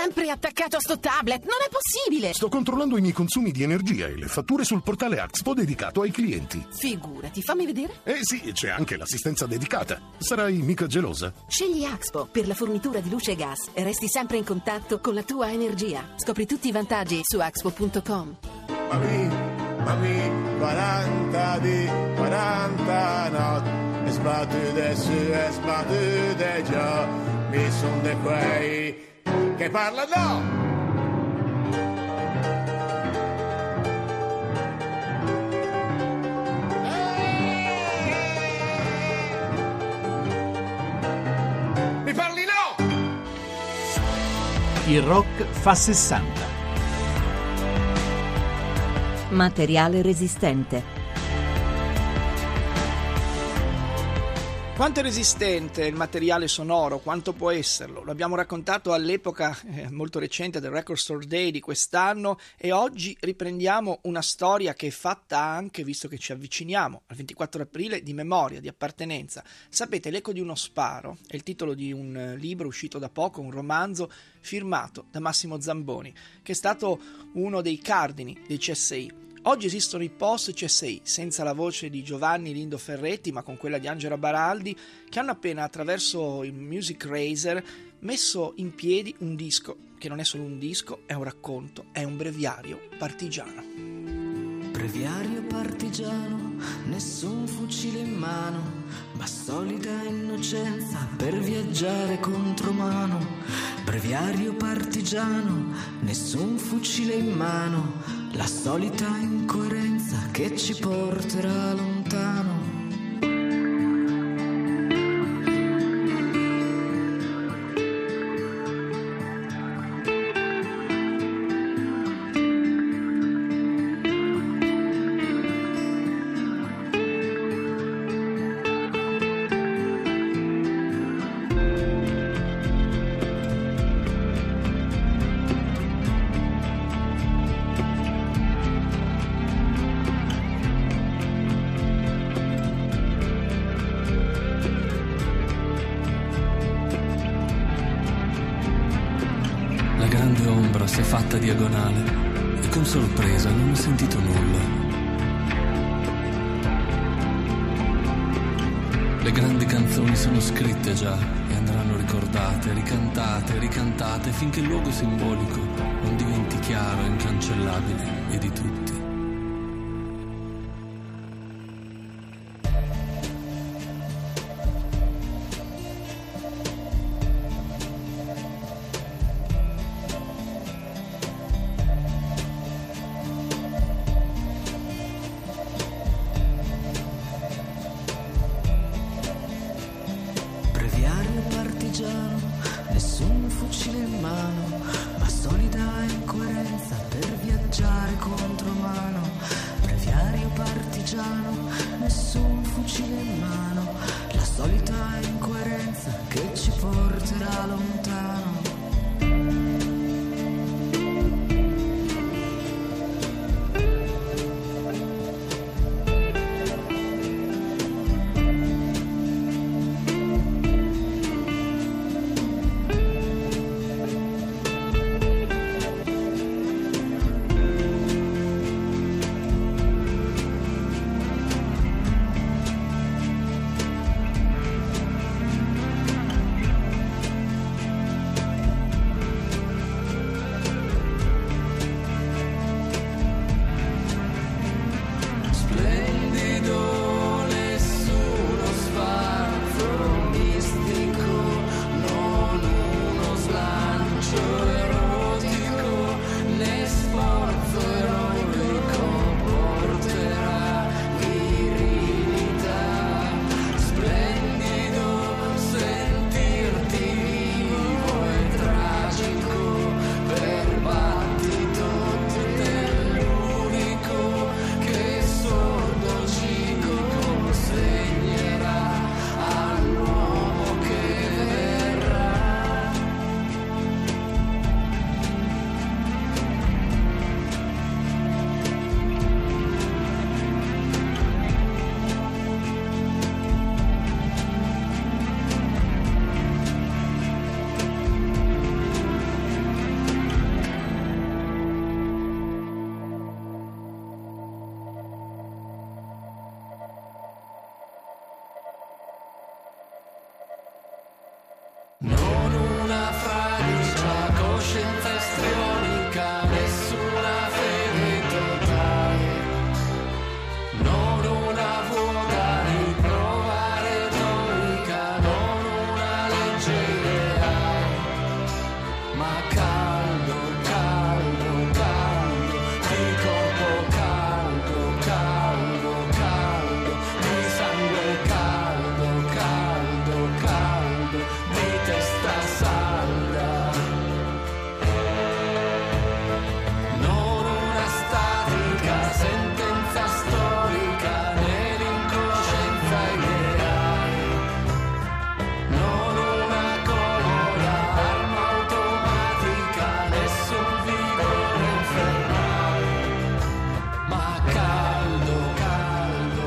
sempre attaccato a sto tablet, non è possibile! Sto controllando i miei consumi di energia e le fatture sul portale Axpo dedicato ai clienti. Figurati, fammi vedere. Sì, c'è anche l'assistenza dedicata. Sarai mica gelosa? Scegli Axpo per la fornitura di luce e gas e resti sempre in contatto con la tua energia. Scopri tutti i vantaggi su axpo.com. Mami, 40 di 40 notti, e sbattute su e sbattute già, mi son de quei che parlano. Mi parli no! Il rock fa 60. Materiale resistente. Quanto è resistente il materiale sonoro? Quanto può esserlo? Lo abbiamo raccontato all'epoca molto recente del Record Store Day di quest'anno e oggi riprendiamo una storia che è fatta anche, visto che ci avviciniamo al 24 aprile, di memoria, di appartenenza. Sapete, L'eco di uno sparo è il titolo di un libro uscito da poco, un romanzo firmato da Massimo Zamboni, che è stato uno dei cardini dei CSI. Oggi esistono i post CSI, senza la voce di Giovanni Lindo Ferretti, ma con quella di Angela Baraldi, che hanno appena, attraverso il Music Razer, messo in piedi un disco, che non è solo un disco, è un racconto, è un breviario partigiano. Breviario partigiano, nessun fucile in mano, ma solida innocenza per viaggiare contromano. Breviario partigiano, nessun fucile in mano, la solita incoerenza che ci porterà lontano. La grande ombra si è fatta diagonale e con sorpresa non ho sentito nulla. Le grandi canzoni sono scritte già e andranno ricordate, ricantate, ricantate finché il luogo simbolico non diventi chiaro e incancellabile e di tutti. Nessun fucile in mano, ma solida incoerenza per viaggiare contro mano. incoscienza istrionica, nessuna fede totale, non una vuota riprova retorica, non una legge ideale, ma caldo, caldo, caldo, di corpo caldo, caldo, caldo, di sangue caldo, caldo, caldo, di testa salda, non una statica sentenza storica né l'incoscienza ideale, non una comoda arma automatica, nessun vigore infernale, ma caldo, caldo,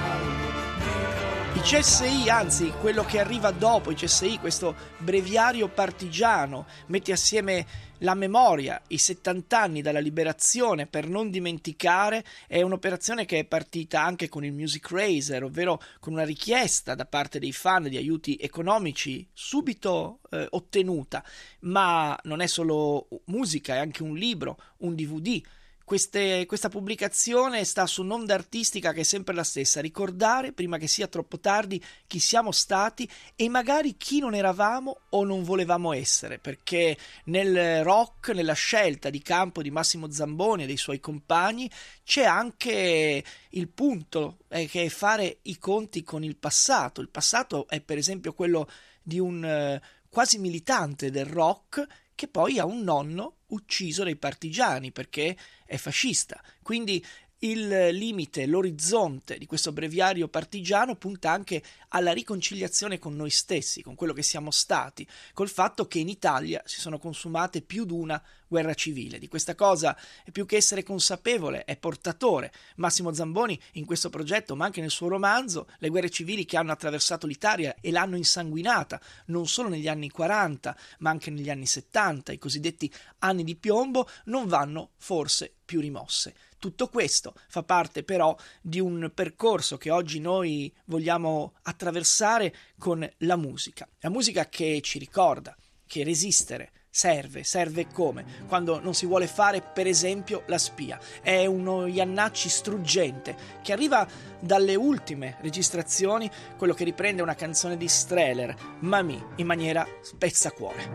caldo. I CSI, anzi quello che arriva dopo i CSI, questo breviario partigiano, mette assieme la memoria, i 70 anni dalla liberazione per non dimenticare. È un'operazione che è partita anche con il Music Raiser, ovvero con una richiesta da parte dei fan di aiuti economici subito ottenuta, ma non è solo musica, è anche un libro, un DVD. Questa pubblicazione sta su un'onda artistica che è sempre la stessa: ricordare prima che sia troppo tardi chi siamo stati e magari chi non eravamo o non volevamo essere, perché nel rock, nella scelta di campo di Massimo Zamboni e dei suoi compagni, c'è anche il punto che è fare i conti con il passato. Il passato è per esempio quello di un quasi militante del rock che poi ha un nonno ucciso dai partigiani perché è fascista. Quindi il limite, l'orizzonte di questo breviario partigiano punta anche alla riconciliazione con noi stessi, con quello che siamo stati, col fatto che in Italia si sono consumate più di una guerra civile. Di questa cosa è più che essere consapevole, è portatore Massimo Zamboni in questo progetto, ma anche nel suo romanzo. Le guerre civili che hanno attraversato l'Italia e l'hanno insanguinata, non solo negli anni 40, ma anche negli anni 70, i cosiddetti anni di piombo, non vanno forse più rimosse. Tutto questo fa parte però di un percorso che oggi noi vogliamo attraversare con la musica che ci ricorda che resistere serve come? Quando non si vuole fare per esempio la spia. È uno Iannacci struggente che arriva dalle ultime registrazioni, quello che riprende una canzone di Streller, Mamì, in maniera spezzacuore.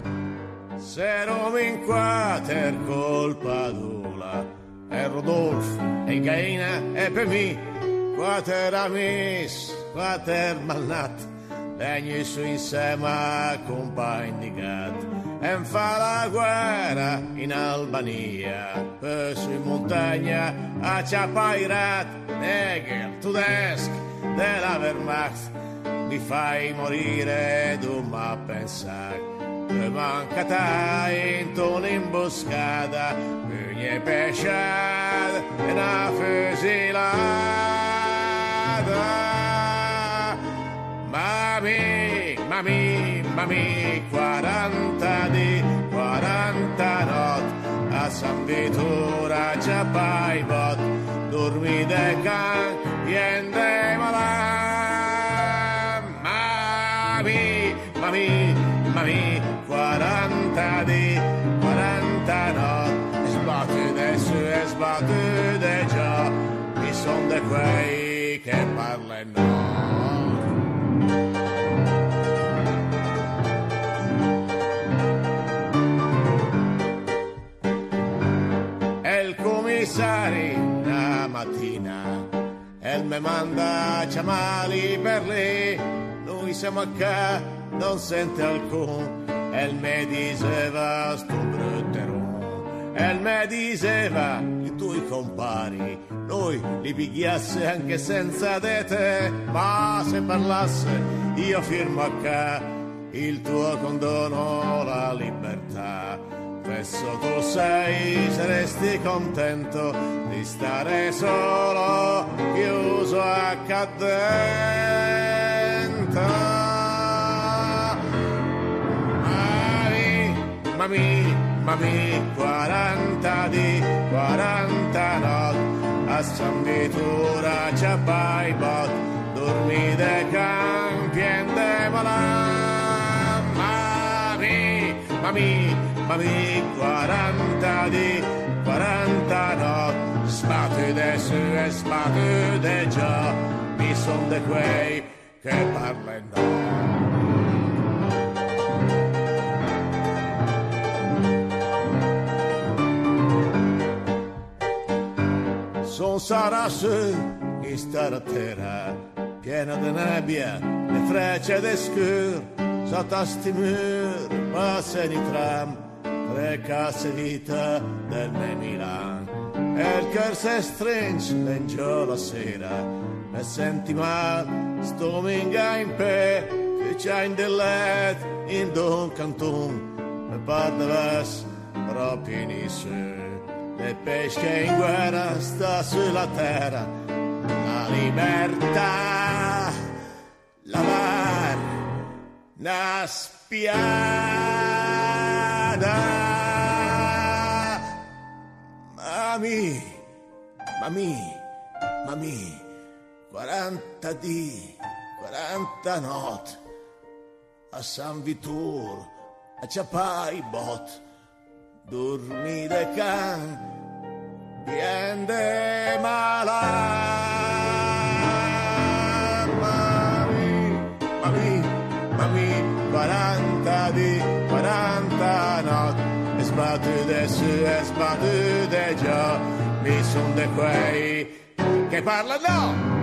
Se non mi inquater colpa d'ula e Rodolfo e Gaina e per me quater amis, quater malnat legni su insieme a compagni di gat e fa la guerra in Albania per su in montagna a Ciapairat Neger Tudesk della Wehrmacht mi fai morire tu ma pensare che mancata in un'imboscata pugne pesciate e una fusilata. Mami, 40 di 40 notti a San Vitura già pai bot dormi de can viende malà. Mami 40 di 40 notti sbattute su e sbattute già mi son de quei che parlano. Una mattina e me manda a chiamare per lei, noi siamo qua, non sente alcun, e me diceva sto brutterò, e me diceva i tuoi compari, noi li pigliasse anche senza de te, ma se parlasse io firmo qua il tuo condono, la libertà. Spesso tu saresti contento di stare solo, chiuso acca dentro. Mami, 40 di 40 notti a San Vitura ciappai bot, dormi de can, piende malà. Mami, mami, 40 di, 40 notti, sbattude su e sbattude già, mi son de quei che parlano. Son sarà su questa terra piena di nebbia, le frecce de scur, sotto sti mur passano i tram, 3 case vita del mio Milan. E il cor se stringe dentro la sera, e senti mal, sto minga in pe, che c'è in dellet, in don canton, e parla ves, proprio in su. Le pesche in guerra sta sulla terra, la libertà, la mar, una spiada. Mami, mami, mami, 40 di, 40 not, a San Vitor, a Ciapai bot, dormi de can, bien de mala. Mami, mami, mami, 40 di, 40 not, e sbattude su e sbattude già, mi son de quei che parlano.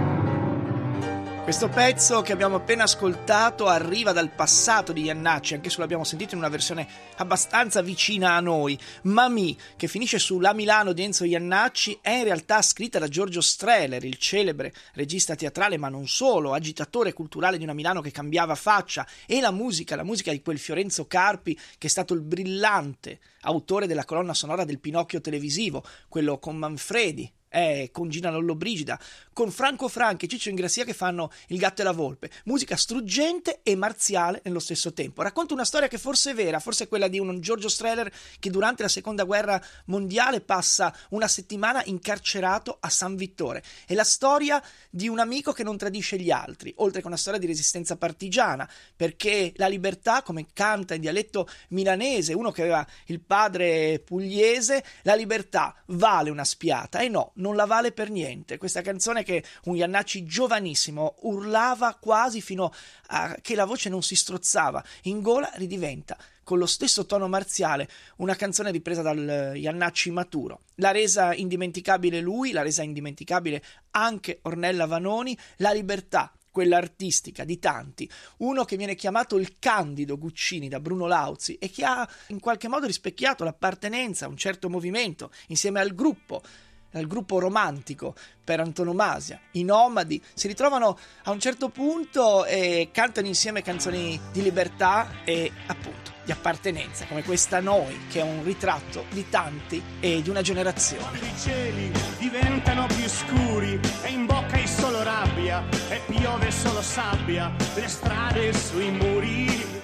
Questo pezzo che abbiamo appena ascoltato arriva dal passato di Jannacci, anche se l'abbiamo sentito in una versione abbastanza vicina a noi. Mami, che finisce su La Milano di Enzo Jannacci, è in realtà scritta da Giorgio Strehler, il celebre regista teatrale, ma non solo, agitatore culturale di una Milano che cambiava faccia, e la musica di quel Fiorenzo Carpi, che è stato il brillante autore della colonna sonora del Pinocchio televisivo, quello con Manfredi, con Gina Lollobrigida, con Franco Franchi e Ciccio Ingrassia che fanno Il gatto e la volpe, musica struggente e marziale nello stesso tempo. Racconta una storia che forse è vera, forse è quella di un Giorgio Strehler che durante la seconda guerra mondiale passa una settimana incarcerato a San Vittore. È la storia di un amico che non tradisce gli altri, oltre che una storia di resistenza partigiana, perché la libertà, come canta in dialetto milanese uno che aveva il padre pugliese, la libertà vale una spiata, e no, non la vale per niente. Questa canzone che un Jannacci giovanissimo urlava quasi fino a che la voce non si strozzava in gola, ridiventa con lo stesso tono marziale una canzone ripresa dal Jannacci maturo. L'ha resa indimenticabile lui, l'ha resa indimenticabile anche Ornella Vanoni, la libertà, quella artistica di tanti, uno che viene chiamato il Candido Guccini da Bruno Lauzi e che ha in qualche modo rispecchiato l'appartenenza a un certo movimento insieme al gruppo romantico per antonomasia. I Nomadi si ritrovano a un certo punto e cantano insieme canzoni di libertà e appunto di appartenenza, come questa Noi, che è un ritratto di tanti e di una generazione. I cieli diventano più scuri e in bocca hai solo rabbia e piove solo sabbia, le strade sui muri.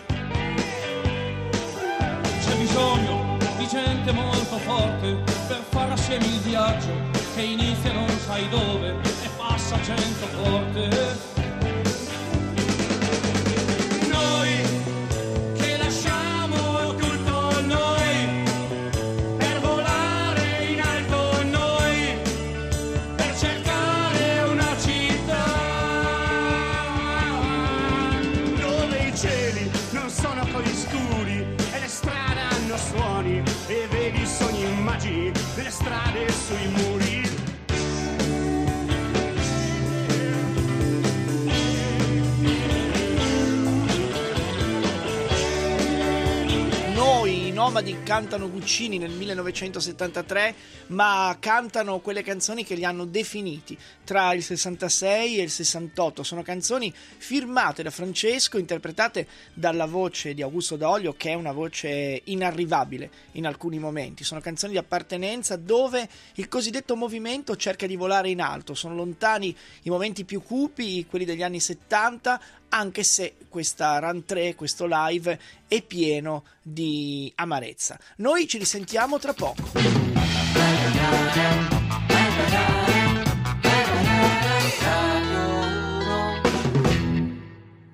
C'è bisogno di gente molto forte per far assieme il viaggio che inizia non sai dove e passa 100 volte. Noi che lasciamo tutto noi per volare in alto, noi per cercare una città Dove i cieli non sono così scuri e le strade hanno suoni e vedi sogni e immagini delle strade sui muri. Noi, i Nomadi, cantano Guccini nel 1973, ma cantano quelle canzoni che li hanno definiti tra il 66 e il 68. Sono canzoni firmate da Francesco, interpretate dalla voce di Augusto D'Olio, che è una voce inarrivabile in alcuni momenti. Sono canzoni di appartenenza dove il cosiddetto movimento cerca di volare in alto. Sono lontani i momenti più cupi, quelli degli anni 70, anche se questa Run 3, questo live, è pieno di amarezza. Noi ci risentiamo tra poco.